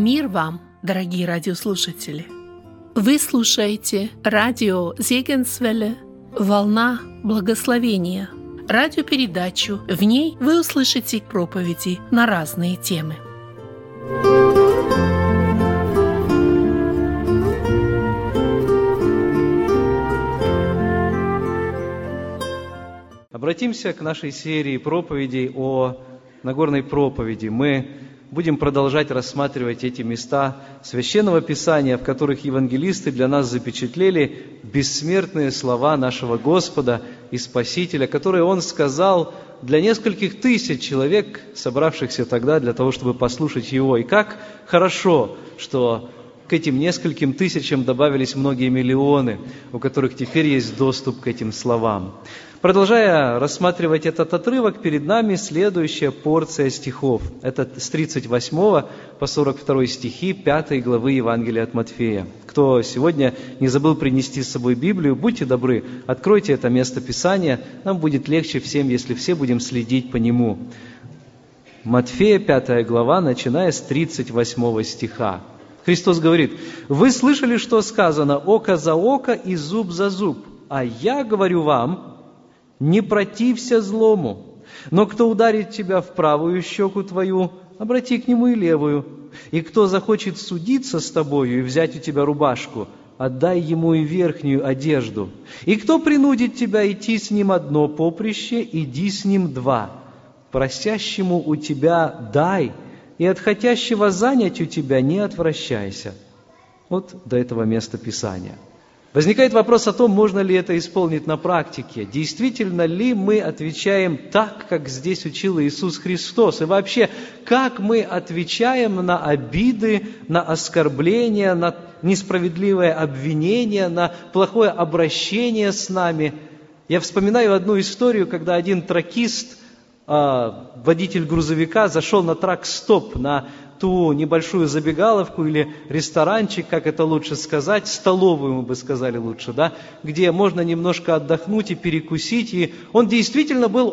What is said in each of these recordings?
Мир вам, дорогие радиослушатели! Вы слушаете радио Зегенсвелле «Волна благословения», радиопередачу. В ней вы услышите проповеди на разные темы. Обратимся к нашей серии проповедей о Нагорной проповеди. Мы будем продолжать рассматривать эти места Священного Писания, в которых евангелисты для нас запечатлели бессмертные слова нашего Господа и Спасителя, которые Он сказал для нескольких тысяч человек, собравшихся тогда для того, чтобы послушать Его. И как хорошо, что к этим нескольким тысячам добавились многие миллионы, у которых теперь есть доступ к этим словам. Продолжая рассматривать этот отрывок, перед нами следующая порция стихов. Это с 38 по 42 стихи 5 главы Евангелия от Матфея. Кто сегодня не забыл принести с собой Библию, будьте добры, откройте это место Писания. Нам будет легче всем, если все будем следить по нему. Матфея, 5 глава, начиная с 38 стиха. Христос говорит: «Вы слышали, что сказано: око за око и зуб за зуб. А я говорю вам, не протився злому. Но кто ударит тебя в правую щеку твою, обрати к нему и левую. И кто захочет судиться с тобою и взять у тебя рубашку, отдай ему и верхнюю одежду. И кто принудит тебя идти с ним одно поприще, иди с ним два. Просящему у тебя дай, и от хотящего занять у тебя не отвращайся». Вот до этого места Писания. Возникает вопрос о том, можно ли это исполнить на практике. Действительно ли мы отвечаем так, как здесь учил Иисус Христос? И вообще, как мы отвечаем на обиды, на оскорбления, на несправедливое обвинение, на плохое обращение с нами? Я вспоминаю одну историю, когда один тракист, водитель грузовика, зашел на трак-стоп, на ту небольшую забегаловку или ресторанчик, как это лучше сказать, столовую, мы бы сказали лучше, да, где можно немножко отдохнуть и перекусить. И он действительно был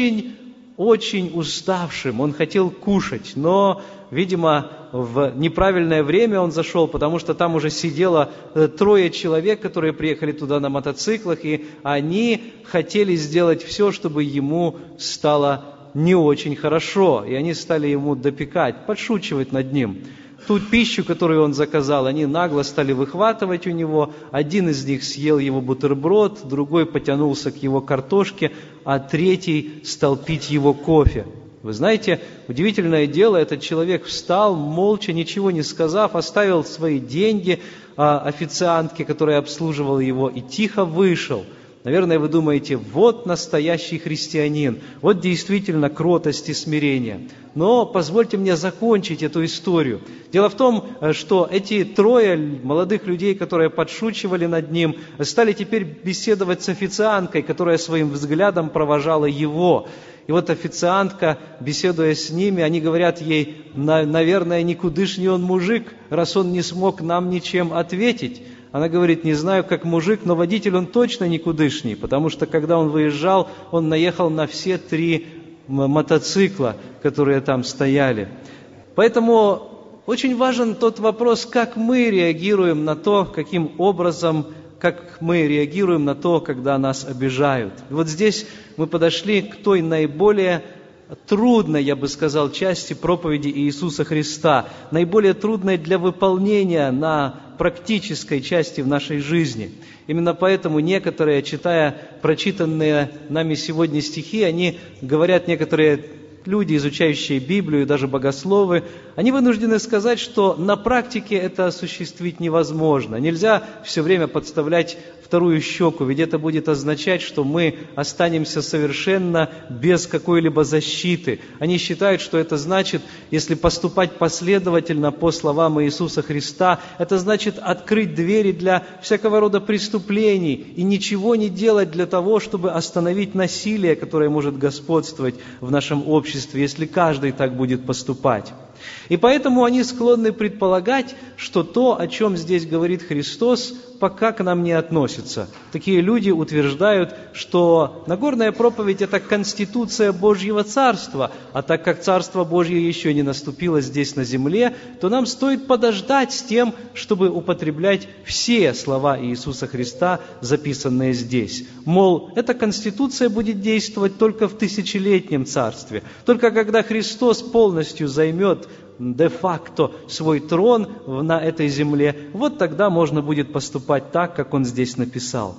очень уставшим, он хотел кушать, но, видимо, в неправильное время он зашел, потому что там уже сидело 3 человек, которые приехали туда на мотоциклах, и они хотели сделать все, чтобы ему стало не очень хорошо, и они стали ему допекать, подшучивать над ним. Ту пищу, которую он заказал, они нагло стали выхватывать у него. Один из них съел его бутерброд, другой потянулся к его картошке, а третий стал пить его кофе. Вы знаете, удивительное дело, этот человек встал, молча, ничего не сказав, оставил свои деньги официантке, которая обслуживала его, и тихо вышел. Наверное, вы думаете, вот настоящий христианин, вот действительно кротость и смирение. Но позвольте мне закончить эту историю. Дело в том, что эти 3 молодых людей, которые подшучивали над ним, стали теперь беседовать с официанткой, которая своим взглядом провожала его. И вот официантка, беседуя с ними, они говорят ей: наверное, никудышний он мужик, раз он не смог нам ничем ответить. Она говорит: не знаю, как мужик, но водитель он точно никудышний, потому что, когда он выезжал, он наехал на все 3 мотоцикла, которые там стояли. Поэтому очень важен тот вопрос, как мы реагируем на то, каким образом, как мы реагируем на то, когда нас обижают. И вот здесь мы подошли к той наиболее трудной, я бы сказал, части проповеди Иисуса Христа, наиболее трудной для выполнения на практической части в нашей жизни. Именно поэтому некоторые, читая прочитанные нами сегодня стихи, они говорят, некоторые люди, изучающие Библию, даже богословы, они вынуждены сказать, что на практике это осуществить невозможно. Нельзя все время подставлять вторую щеку, ведь это будет означать, что мы останемся совершенно без какой-либо защиты. Они считают, что это значит, если поступать последовательно по словам Иисуса Христа, это значит открыть двери для всякого рода преступлений и ничего не делать для того, чтобы остановить насилие, которое может господствовать в нашем обществе, если каждый так будет поступать. И поэтому они склонны предполагать, что то, о чем здесь говорит Христос, пока к нам не относится. Такие люди утверждают, что Нагорная проповедь – это конституция Божьего Царства, а так как Царство Божье еще не наступило здесь на земле, то нам стоит подождать с тем, чтобы употреблять все слова Иисуса Христа, записанные здесь. Мол, эта конституция будет действовать только в тысячелетнем Царстве, только когда Христос полностью займет де-факто свой трон на этой земле, вот тогда можно будет поступать так, как Он здесь написал.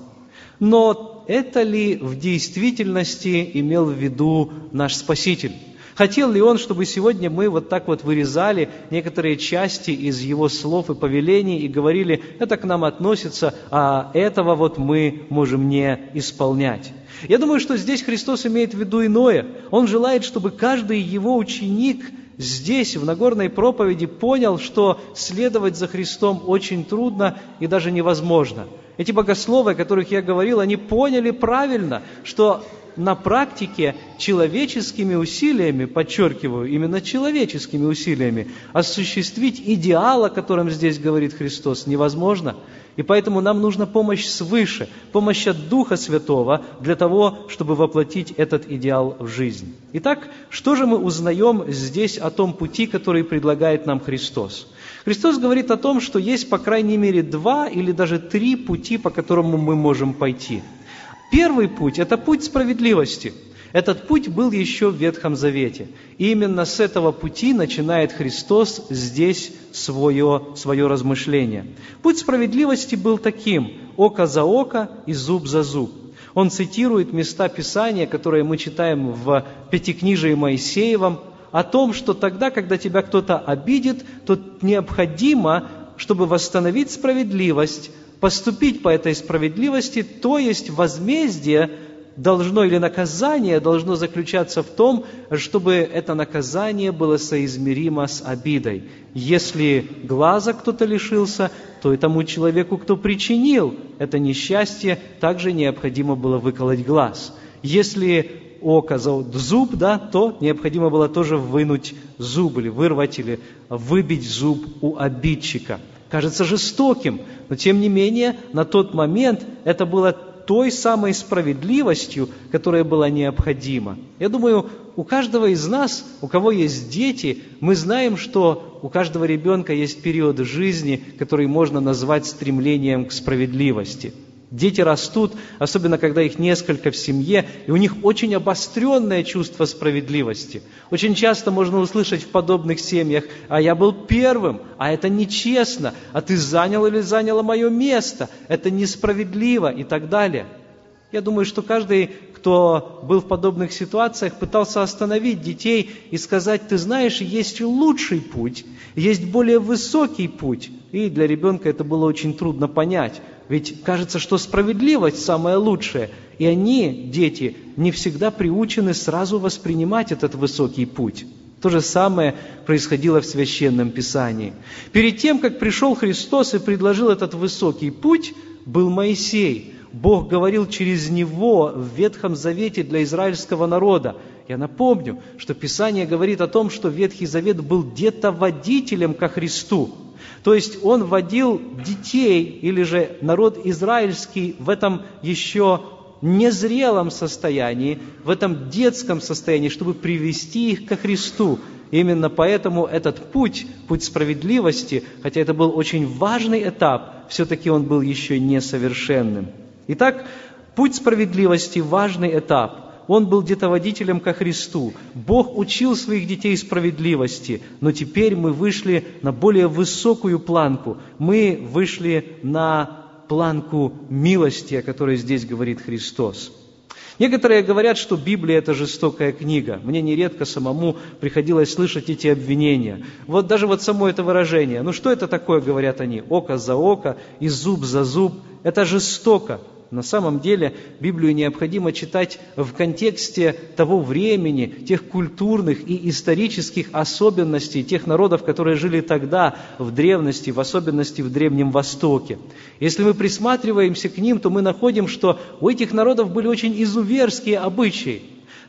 Но это ли в действительности имел в виду наш Спаситель? Хотел ли Он, чтобы сегодня мы вот так вот вырезали некоторые части из Его слов и повелений и говорили, это к нам относится, а этого вот мы можем не исполнять? Я думаю, что здесь Христос имеет в виду иное. Он желает, чтобы каждый Его ученик здесь, в Нагорной проповеди, понял, что следовать за Христом очень трудно и даже невозможно. Эти богословы, о которых я говорил, они поняли правильно, что на практике человеческими усилиями, подчеркиваю, именно человеческими усилиями, осуществить идеал, о котором здесь говорит Христос, невозможно. И поэтому нам нужна помощь свыше, помощь от Духа Святого для того, чтобы воплотить этот идеал в жизнь. Итак, что же мы узнаем здесь о том пути, который предлагает нам Христос? Христос говорит о том, что есть по крайней мере 2 или даже 3 пути, по которому мы можем пойти. Первый путь – это путь справедливости. Этот путь был еще в Ветхом Завете. И именно с этого пути начинает Христос здесь свое размышление. Путь справедливости был таким: око за око и зуб за зуб. Он цитирует места Писания, которые мы читаем в Пятикнижии Моисеевом, о том, что тогда, когда тебя кто-то обидит, то необходимо, чтобы восстановить справедливость, поступить по этой справедливости, то есть возмездие должно или наказание должно заключаться в том, чтобы это наказание было соизмеримо с обидой. Если глаза кто-то лишился, то и тому человеку, кто причинил это несчастье, также необходимо было выколоть глаз. Если око за зуб, то необходимо было тоже вынуть зуб, или вырвать, или выбить зуб у обидчика. Кажется жестоким, но тем не менее на тот момент это было той самой справедливостью, которая была необходима. Я думаю, у каждого из нас, у кого есть дети, мы знаем, что у каждого ребенка есть период жизни, который можно назвать стремлением к справедливости. Дети растут, особенно когда их несколько в семье, и у них очень обостренное чувство справедливости. Очень часто можно услышать в подобных семьях: «А я был первым, а это нечестно, а ты занял или заняла мое место, это несправедливо» и так далее. Я думаю, что каждый, кто был в подобных ситуациях, пытался остановить детей и сказать: ты знаешь, есть лучший путь, есть более высокий путь. И для ребенка это было очень трудно понять. Ведь кажется, что справедливость самая лучшая. И они, дети, не всегда приучены сразу воспринимать этот высокий путь. То же самое происходило в Священном Писании. Перед тем, как пришел Христос и предложил этот высокий путь, был Моисей. Бог говорил через него в Ветхом Завете для израильского народа. Я напомню, что Писание говорит о том, что Ветхий Завет был где-то водителем ко Христу. То есть он водил детей, или же народ израильский в этом еще незрелом состоянии, в этом детском состоянии, чтобы привести их ко Христу. Именно поэтому этот путь справедливости, хотя это был очень важный этап, все-таки он был еще несовершенным. Итак, путь справедливости – важный этап. Он был где-то водителем ко Христу. Бог учил своих детей справедливости, но теперь мы вышли на более высокую планку. Мы вышли на планку милости, о которой здесь говорит Христос. Некоторые говорят, что Библия – это жестокая книга. Мне нередко самому приходилось слышать эти обвинения. Даже само это выражение. Что это такое, говорят они? Око за око и зуб за зуб. Это жестоко. На самом деле Библию необходимо читать в контексте того времени, тех культурных и исторических особенностей тех народов, которые жили тогда, в древности, в особенности в Древнем Востоке. Если мы присматриваемся к ним, то мы находим, что у этих народов были очень изуверские обычаи.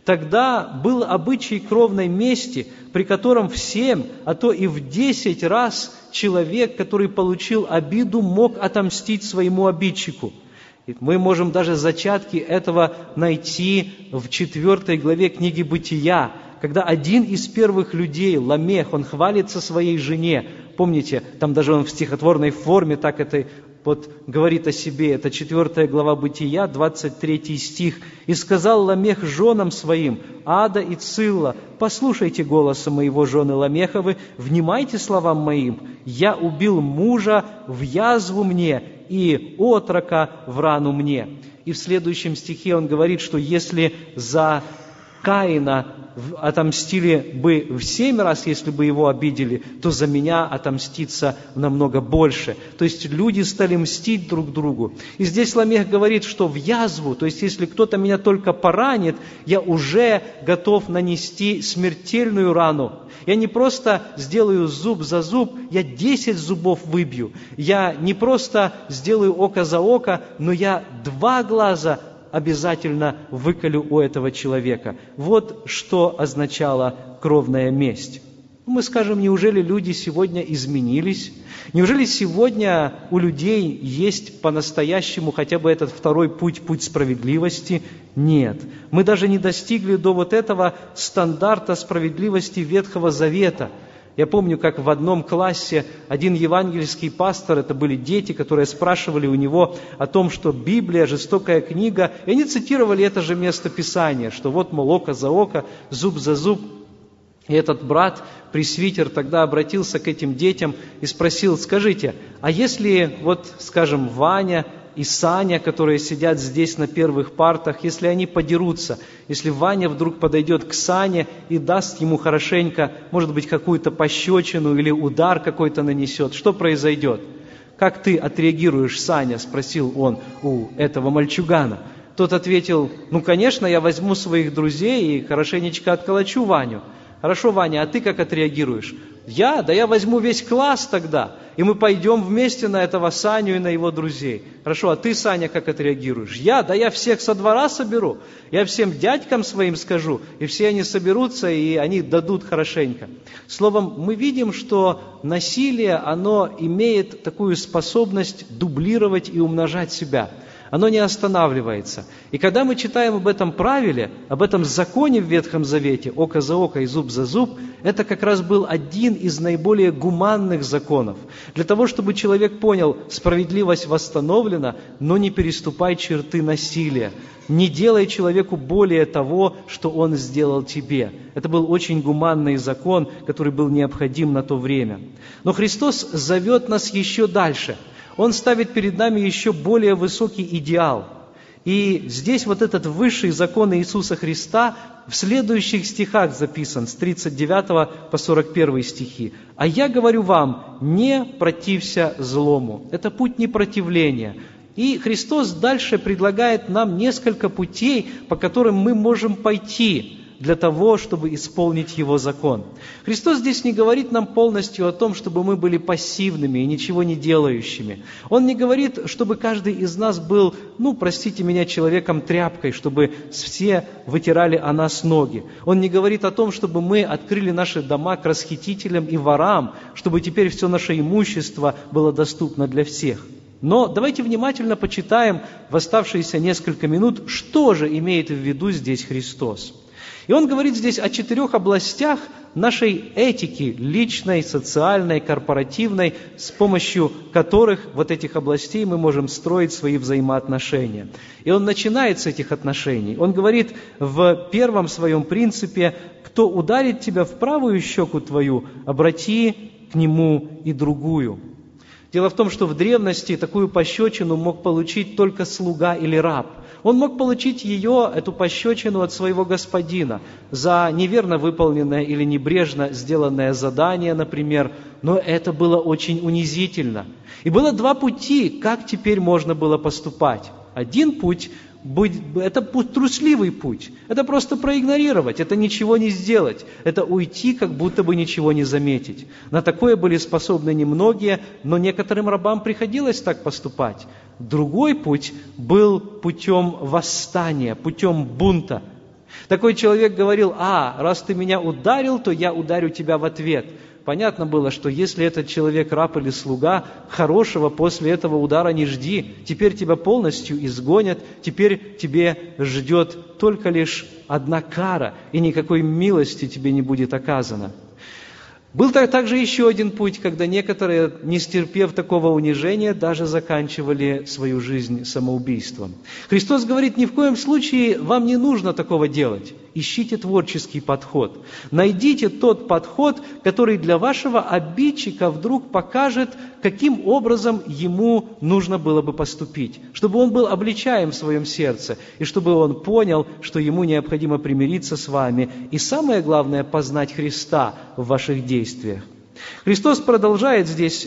Тогда был обычай кровной мести, при котором в 7, а то и в 10 раз человек, который получил обиду, мог отомстить своему обидчику. И мы можем даже зачатки этого найти в 4 главе книги «Бытия», когда один из первых людей, Ламех, он хвалится своей жене. Помните, там даже он в стихотворной форме так это говорит о себе. Это 4 глава Бытия, 23 стих. «И сказал Ламех женам своим, Ада и Цилла, послушайте голоса моего жены Ламеховы, внимайте словам моим. Я убил мужа в язву мне, и отрока в рану мне». И в следующем стихе он говорит, что если за Каина отомстили бы в 7 раз, если бы его обидели, то за меня отомстится намного больше. То есть люди стали мстить друг другу. И здесь Ламех говорит, что в язву, то есть если кто-то меня только поранит, я уже готов нанести смертельную рану. Я не просто сделаю зуб за зуб, я 10 зубов выбью. Я не просто сделаю око за око, но я 2 глаза обязательно выколю у этого человека. Вот что означала кровная месть. Мы скажем, неужели люди сегодня изменились? Неужели сегодня у людей есть по-настоящему хотя бы этот второй путь, путь справедливости? Нет. Мы даже не достигли до вот этого стандарта справедливости Ветхого Завета. Я помню, как в одном классе один евангельский пастор, это были дети, которые спрашивали у него о том, что Библия – жестокая книга, и они цитировали это же место Писания, что вот, мол, око за око, зуб за зуб. И этот брат, пресвитер, тогда обратился к этим детям и спросил: скажите, а если, вот, скажем, Ваня и Саня, которые сидят здесь на первых партах, если они подерутся, если Ваня вдруг подойдет к Сане и даст ему хорошенько, может быть, какую-то пощечину или удар какой-то нанесет, что произойдет? «Как ты отреагируешь, Саня?» – спросил он у этого мальчугана. Тот ответил: ну, конечно, я возьму своих друзей и хорошенечко отколочу Ваню. Хорошо, Ваня, а ты как отреагируешь? Я возьму весь класс тогда, и мы пойдем вместе на этого Саню и на его друзей. Хорошо, а ты, Саня, как отреагируешь? Я всех со двора соберу, я всем дядькам своим скажу, и все они соберутся, и они дадут хорошенько. Словом, мы видим, что насилие, оно имеет такую способность дублировать и умножать себя. Оно не останавливается. И когда мы читаем об этом правиле, об этом законе в Ветхом Завете, око за око и зуб за зуб, это как раз был один из наиболее гуманных законов. Для того, чтобы человек понял, справедливость восстановлена, но не переступай черты насилия. Не делай человеку более того, что он сделал тебе. Это был очень гуманный закон, который был необходим на то время. Но Христос зовет нас еще дальше. Он ставит перед нами еще более высокий идеал. И здесь вот этот высший закон Иисуса Христа в следующих стихах записан, с 39 по 41 стихи. «А я говорю вам, не протився злому». Это путь непротивления. И Христос дальше предлагает нам несколько путей, по которым мы можем пойти для того, чтобы исполнить Его закон. Христос здесь не говорит нам полностью о том, чтобы мы были пассивными и ничего не делающими. Он не говорит, чтобы каждый из нас был, простите меня, человеком-тряпкой, чтобы все вытирали о нас ноги. Он не говорит о том, чтобы мы открыли наши дома к расхитителям и ворам, чтобы теперь все наше имущество было доступно для всех. Но давайте внимательно почитаем в оставшиеся несколько минут, что же имеет в виду здесь Христос. И он говорит здесь о 4 областях нашей этики, личной, социальной, корпоративной, с помощью которых вот этих областей мы можем строить свои взаимоотношения. И он начинает с этих отношений. Он говорит в первом своем принципе: «Кто ударит тебя в правую щеку твою, обрати к нему и другую». Дело в том, что в древности такую пощечину мог получить только слуга или раб. Он мог получить эту пощечину от своего господина за неверно выполненное или небрежно сделанное задание, например, но это было очень унизительно. И было 2 пути, как теперь можно было поступать. Один путь – это трусливый путь, это просто проигнорировать, это ничего не сделать, это уйти, как будто бы ничего не заметить. На такое были способны немногие, но некоторым рабам приходилось так поступать. Другой путь был путем восстания, путем бунта. Такой человек говорил: раз ты меня ударил, то я ударю тебя в ответ. Понятно было, что если этот человек раб или слуга, хорошего после этого удара не жди. Теперь тебя полностью изгонят, теперь тебе ждет только лишь одна кара, и никакой милости тебе не будет оказано. Был также еще один путь, когда некоторые, не стерпев такого унижения, даже заканчивали свою жизнь самоубийством. Христос говорит: ни в коем случае вам не нужно такого делать. Ищите творческий подход. Найдите тот подход, который для вашего обидчика вдруг покажет, каким образом ему нужно было бы поступить, чтобы он был обличаем в своем сердце, и чтобы он понял, что ему необходимо примириться с вами, и самое главное, познать Христа в ваших действиях. Христос продолжает здесь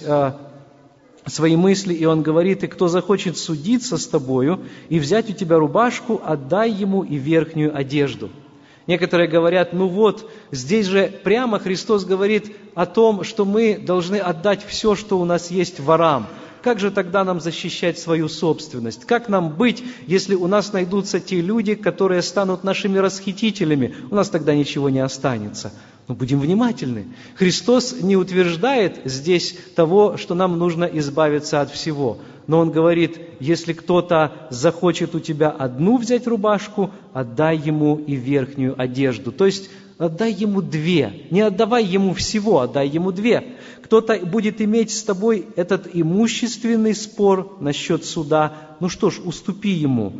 свои мысли, и Он говорит: «И кто захочет судиться с тобою и взять у тебя рубашку, отдай ему и верхнюю одежду». Некоторые говорят: здесь же прямо Христос говорит о том, что мы должны отдать все, что у нас есть, ворам. Как же тогда нам защищать свою собственность? Как нам быть, если у нас найдутся те люди, которые станут нашими расхитителями? У нас тогда ничего не останется. Но будем внимательны. Христос не утверждает здесь того, что нам нужно избавиться от всего. Но Он говорит: если кто-то захочет у тебя одну взять рубашку, отдай ему и верхнюю одежду. То есть отдай ему две. Не отдавай ему всего, отдай ему две. Кто-то будет иметь с тобой этот имущественный спор насчет суда. Уступи ему.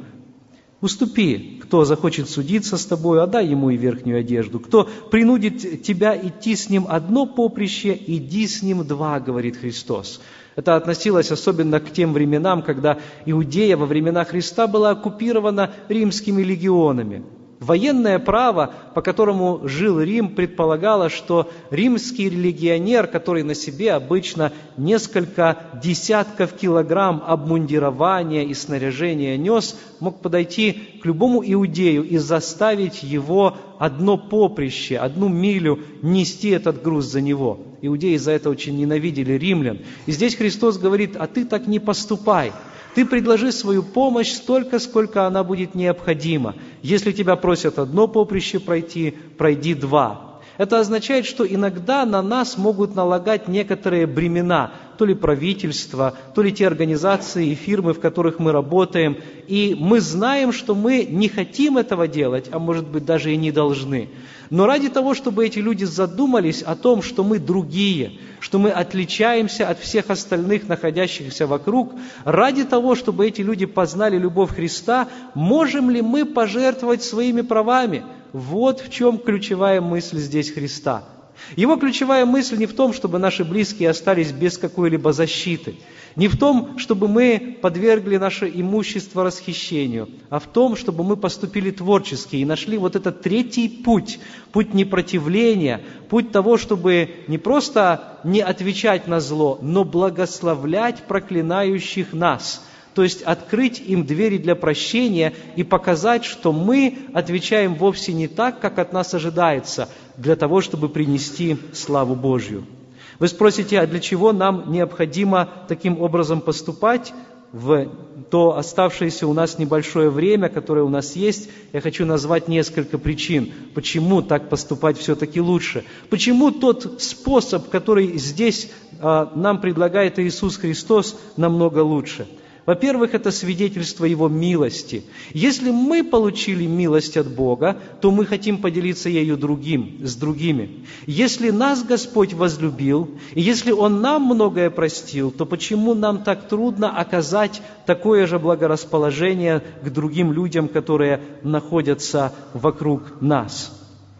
Уступи. Кто захочет судиться с тобой, отдай ему и верхнюю одежду. Кто принудит тебя идти с ним одно поприще, иди с ним два, говорит Христос. Это относилось особенно к тем временам, когда Иудея во времена Христа была оккупирована римскими легионами. Военное право, по которому жил Рим, предполагало, что римский легионер, который на себе обычно несколько десятков килограмм обмундирования и снаряжения нес, мог подойти к любому иудею и заставить его одно поприще, 1 милю нести этот груз за него. Иудеи за это очень ненавидели римлян. И здесь Христос говорит: а ты так не поступай. Ты предложи свою помощь столько, сколько она будет необходима. Если тебя просят одно поприще пройти, пройди 2. Это означает, что иногда на нас могут налагать некоторые бремена, то ли правительство, то ли те организации и фирмы, в которых мы работаем, и мы знаем, что мы не хотим этого делать, а может быть даже и не должны. Но ради того, чтобы эти люди задумались о том, что мы другие, что мы отличаемся от всех остальных, находящихся вокруг, ради того, чтобы эти люди познали любовь Христа, можем ли мы пожертвовать своими правами? Вот в чем ключевая мысль здесь Христа. Его ключевая мысль не в том, чтобы наши близкие остались без какой-либо защиты, не в том, чтобы мы подвергли наше имущество расхищению, а в том, чтобы мы поступили творчески и нашли вот этот третий путь, путь непротивления, путь того, чтобы не просто не отвечать на зло, но благословлять проклинающих нас. То есть открыть им двери для прощения и показать, что мы отвечаем вовсе не так, как от нас ожидается, для того, чтобы принести славу Божью. Вы спросите, а для чего нам необходимо таким образом поступать? В то оставшееся у нас небольшое время, которое у нас есть, я хочу назвать несколько причин, почему так поступать все-таки лучше. Почему тот способ, который здесь нам предлагает Иисус Христос, намного лучше. Во-первых, это свидетельство Его милости. Если мы получили милость от Бога, то мы хотим поделиться ею с другими. Если нас Господь возлюбил, и если Он нам многое простил, то почему нам так трудно оказать такое же благорасположение к другим людям, которые находятся вокруг нас?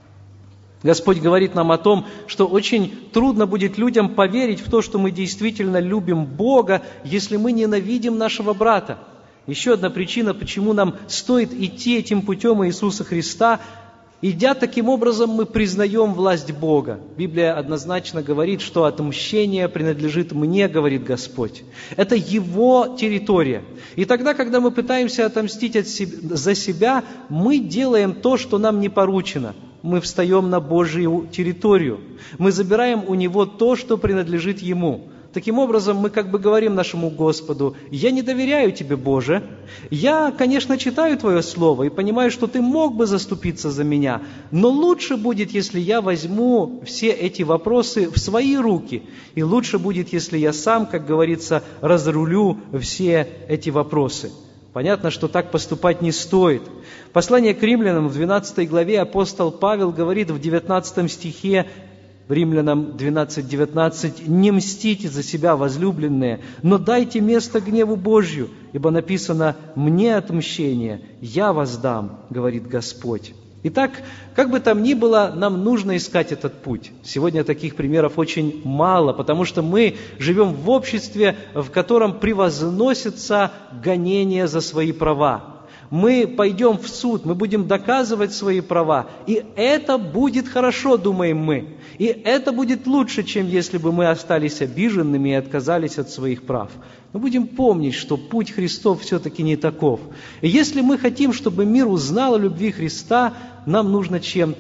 Господь говорит нам о том, что очень трудно будет людям поверить в то, что мы действительно любим Бога, если мы ненавидим нашего брата. Еще одна причина, почему нам стоит идти этим путем Иисуса Христа. Идя таким образом, мы признаем власть Бога. Библия однозначно говорит, что отмщение принадлежит мне, говорит Господь. Это Его территория. И тогда, когда мы пытаемся отомстить за себя, мы делаем то, что нам не поручено. Мы встаем на Божью территорию. Мы забираем у Него то, что принадлежит Ему. Таким образом, мы как бы говорим нашему Господу: «Я не доверяю Тебе, Боже. Я, конечно, читаю Твое Слово и понимаю, что Ты мог бы заступиться за меня, но лучше будет, если я возьму все эти вопросы в свои руки, и лучше будет, если я сам, как говорится, разрулю все эти вопросы». Понятно, что так поступать не стоит. Послание к римлянам в 12 главе апостол Павел говорит в 19 стихе, Римлянам 12:19: «Не мстите за себя, возлюбленные, но дайте место гневу Божью, ибо написано: „Мне отмщение, я воздам, говорит Господь“». Итак, как бы там ни было, нам нужно искать этот путь. Сегодня таких примеров очень мало, потому что мы живем в обществе, в котором превозносится гонение за свои права. Мы пойдем в суд, мы будем доказывать свои права, и это будет хорошо, думаем мы. И это будет лучше, чем если бы мы остались обиженными и отказались от своих прав. Но будем помнить, что путь Христов все-таки не таков. И если мы хотим, чтобы мир узнал о любви Христа, нам нужно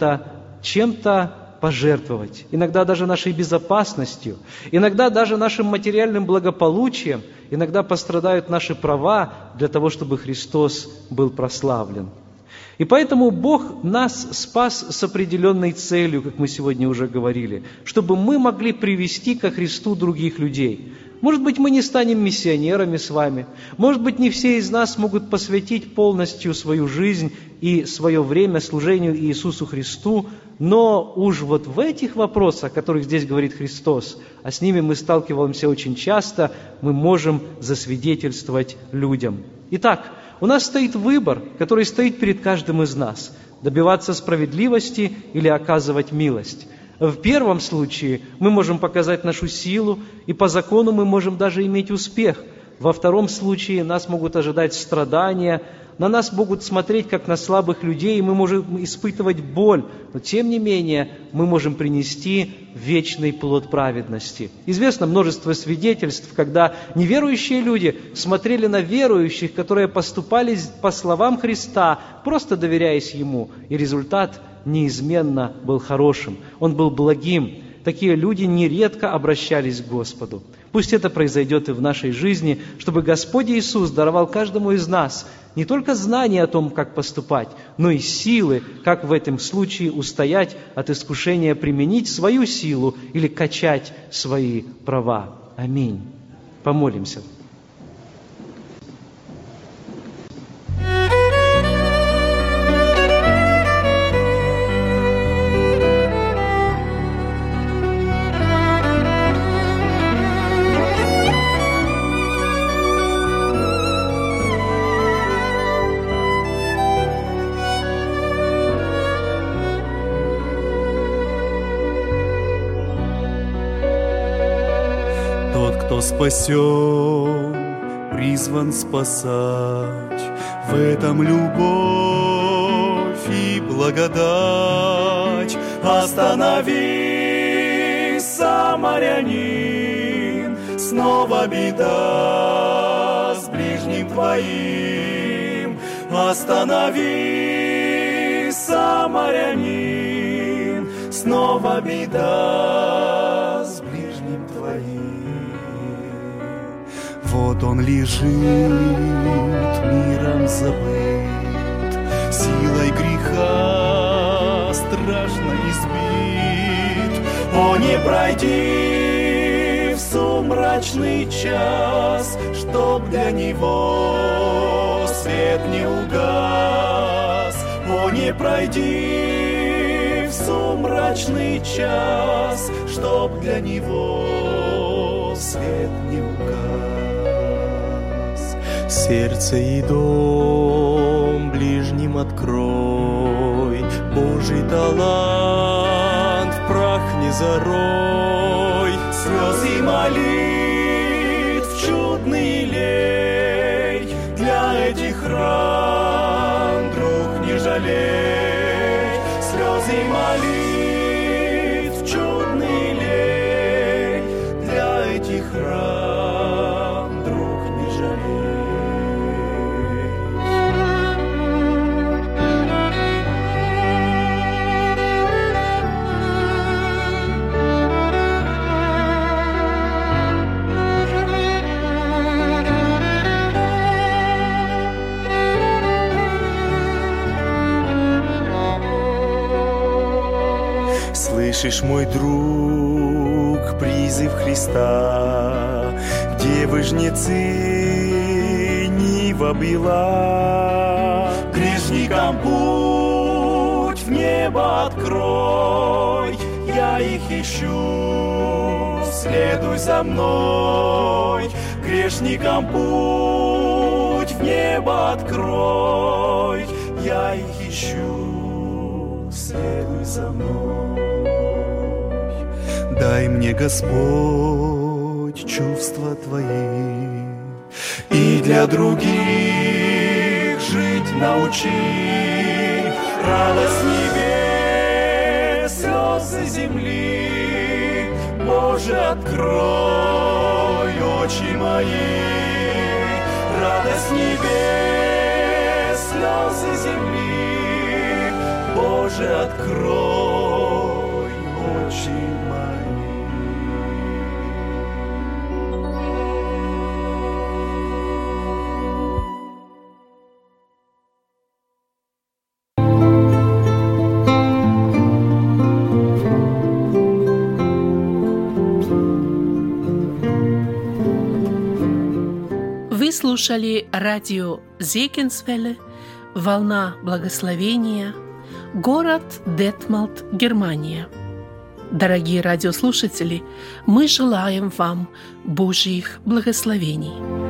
чем-то пожертвовать. Иногда даже нашей безопасностью, иногда даже нашим материальным благополучием, иногда пострадают наши права для того, чтобы Христос был прославлен. И поэтому Бог нас спас с определенной целью, как мы сегодня уже говорили, чтобы мы могли привести ко Христу других людей. Может быть, мы не станем миссионерами с вами, может быть, не все из нас могут посвятить полностью свою жизнь и свое время служению Иисусу Христу, но уж вот в этих вопросах, о которых здесь говорит Христос, а с ними мы сталкиваемся очень часто, мы можем засвидетельствовать людям. Итак, у нас стоит выбор, который стоит перед каждым из нас: добиваться справедливости или оказывать милость. В первом случае мы можем показать нашу силу, и по закону мы можем даже иметь успех. Во втором случае нас могут ожидать страдания, на нас могут смотреть как на слабых людей, и мы можем испытывать боль, но тем не менее мы можем принести вечный плод праведности. Известно множество свидетельств, когда неверующие люди смотрели на верующих, которые поступали по словам Христа, просто доверяясь Ему, и результат неизменно был хорошим, он был благим. Такие люди нередко обращались к Господу. Пусть это произойдет и в нашей жизни, чтобы Господь Иисус даровал каждому из нас не только знание о том, как поступать, но и силы, как в этом случае устоять от искушения применить свою силу или качать свои права. Аминь. Помолимся. Спасен, призван спасать, в этом любовь и благодать. Остановись, самарянин, снова беда с ближним твоим. Остановись, самарянин, снова беда с ближним твоим. Вот он лежит, миром забыт, силой греха страшно избит. О, не пройди в сумрачный час, чтоб для него свет не угас. О, не пройди в сумрачный час, чтоб для него свет не угас. Сердце и дом ближним открой, Божий талант в прах не зарой. Слез и молитв чудный лей, для этих ран, друг, не жалей. Слез и молитв чудный лей, для этих ран, друг, не жалей. Слышишь, мой друг, призыв Христа, где жнецы нива была. Грешникам путь в небо открой, я их ищу, следуй за мной. Грешникам путь в небо открой, я их ищу, следуй за мной. Дай мне, Господь, чувства Твои, и для других жить научи. Радость небес, слезы земли, Боже, открой очи мои. Радость небес, слезы земли, Боже, открой очи мои. Вы слушали радио Зегенсвелле, «Волна благословения», город Детмалт, Германия. Дорогие радиослушатели, мы желаем вам Божьих благословений.